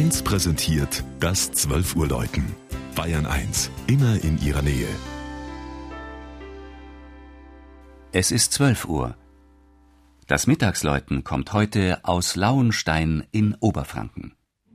1 präsentiert das 12 Uhr Läuten. Bayern 1, immer in Ihrer Nähe. Es ist 12 Uhr. Das Mittagsläuten kommt heute aus Lauenstein in Oberfranken.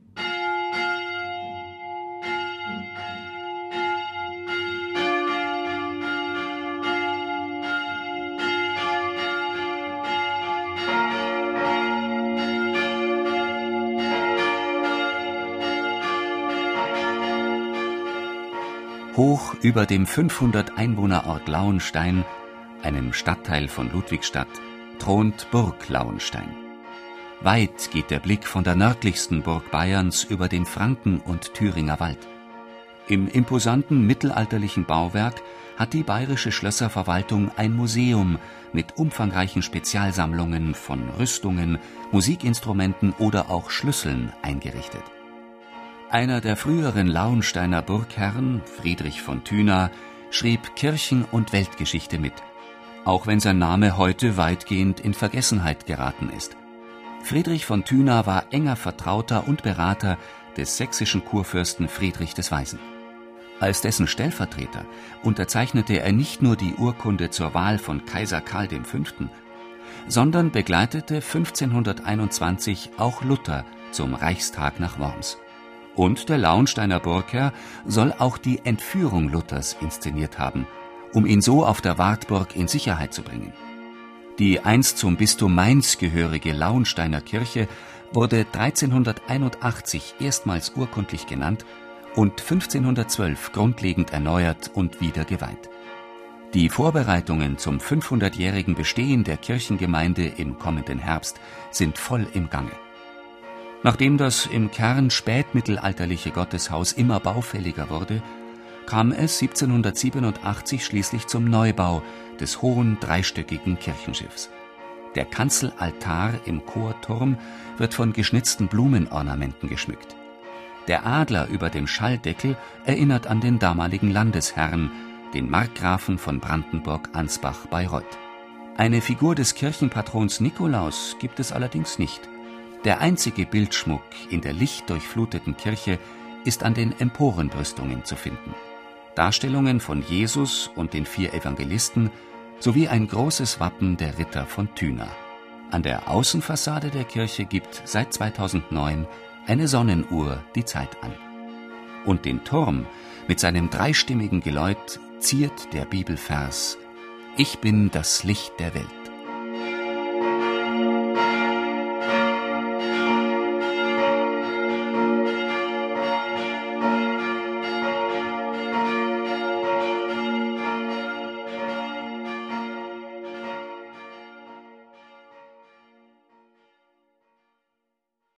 Hoch über dem 500-Einwohner-Ort Lauenstein, einem Stadtteil von Ludwigstadt, thront Burg Lauenstein. Weit geht der Blick von der nördlichsten Burg Bayerns über den Franken- und Thüringer Wald. Im imposanten mittelalterlichen Bauwerk hat die bayerische Schlösserverwaltung ein Museum mit umfangreichen Spezialsammlungen von Rüstungen, Musikinstrumenten oder auch Schlüsseln eingerichtet. Einer der früheren Lauensteiner Burgherren, Friedrich von Thüna, schrieb Kirchen- und Weltgeschichte mit, auch wenn sein Name heute weitgehend in Vergessenheit geraten ist. Friedrich von Thüna war enger Vertrauter und Berater des sächsischen Kurfürsten Friedrich des Weisen. Als dessen Stellvertreter unterzeichnete er nicht nur die Urkunde zur Wahl von Kaiser Karl V., sondern begleitete 1521 auch Luther zum Reichstag nach Worms. Und der Lauensteiner Burgherr soll auch die Entführung Luthers inszeniert haben, um ihn so auf der Wartburg in Sicherheit zu bringen. Die einst zum Bistum Mainz gehörige Lauensteiner Kirche wurde 1381 erstmals urkundlich genannt und 1512 grundlegend erneuert und wieder geweiht. Die Vorbereitungen zum 500-jährigen Bestehen der Kirchengemeinde im kommenden Herbst sind voll im Gange. Nachdem das im Kern spätmittelalterliche Gotteshaus immer baufälliger wurde, kam es 1787 schließlich zum Neubau des hohen dreistöckigen Kirchenschiffs. Der Kanzelaltar im Chorturm wird von geschnitzten Blumenornamenten geschmückt. Der Adler über dem Schalldeckel erinnert an den damaligen Landesherrn, den Markgrafen von Brandenburg-Ansbach-Bayreuth. Eine Figur des Kirchenpatrons Nikolaus gibt es allerdings nicht. Der einzige Bildschmuck in der lichtdurchfluteten Kirche ist an den Emporenbrüstungen zu finden. Darstellungen von Jesus und den 4 Evangelisten sowie ein großes Wappen der Ritter von Thüna. An der Außenfassade der Kirche gibt seit 2009 eine Sonnenuhr die Zeit an. Und den Turm mit seinem dreistimmigen Geläut ziert der Bibelvers: Ich bin das Licht der Welt.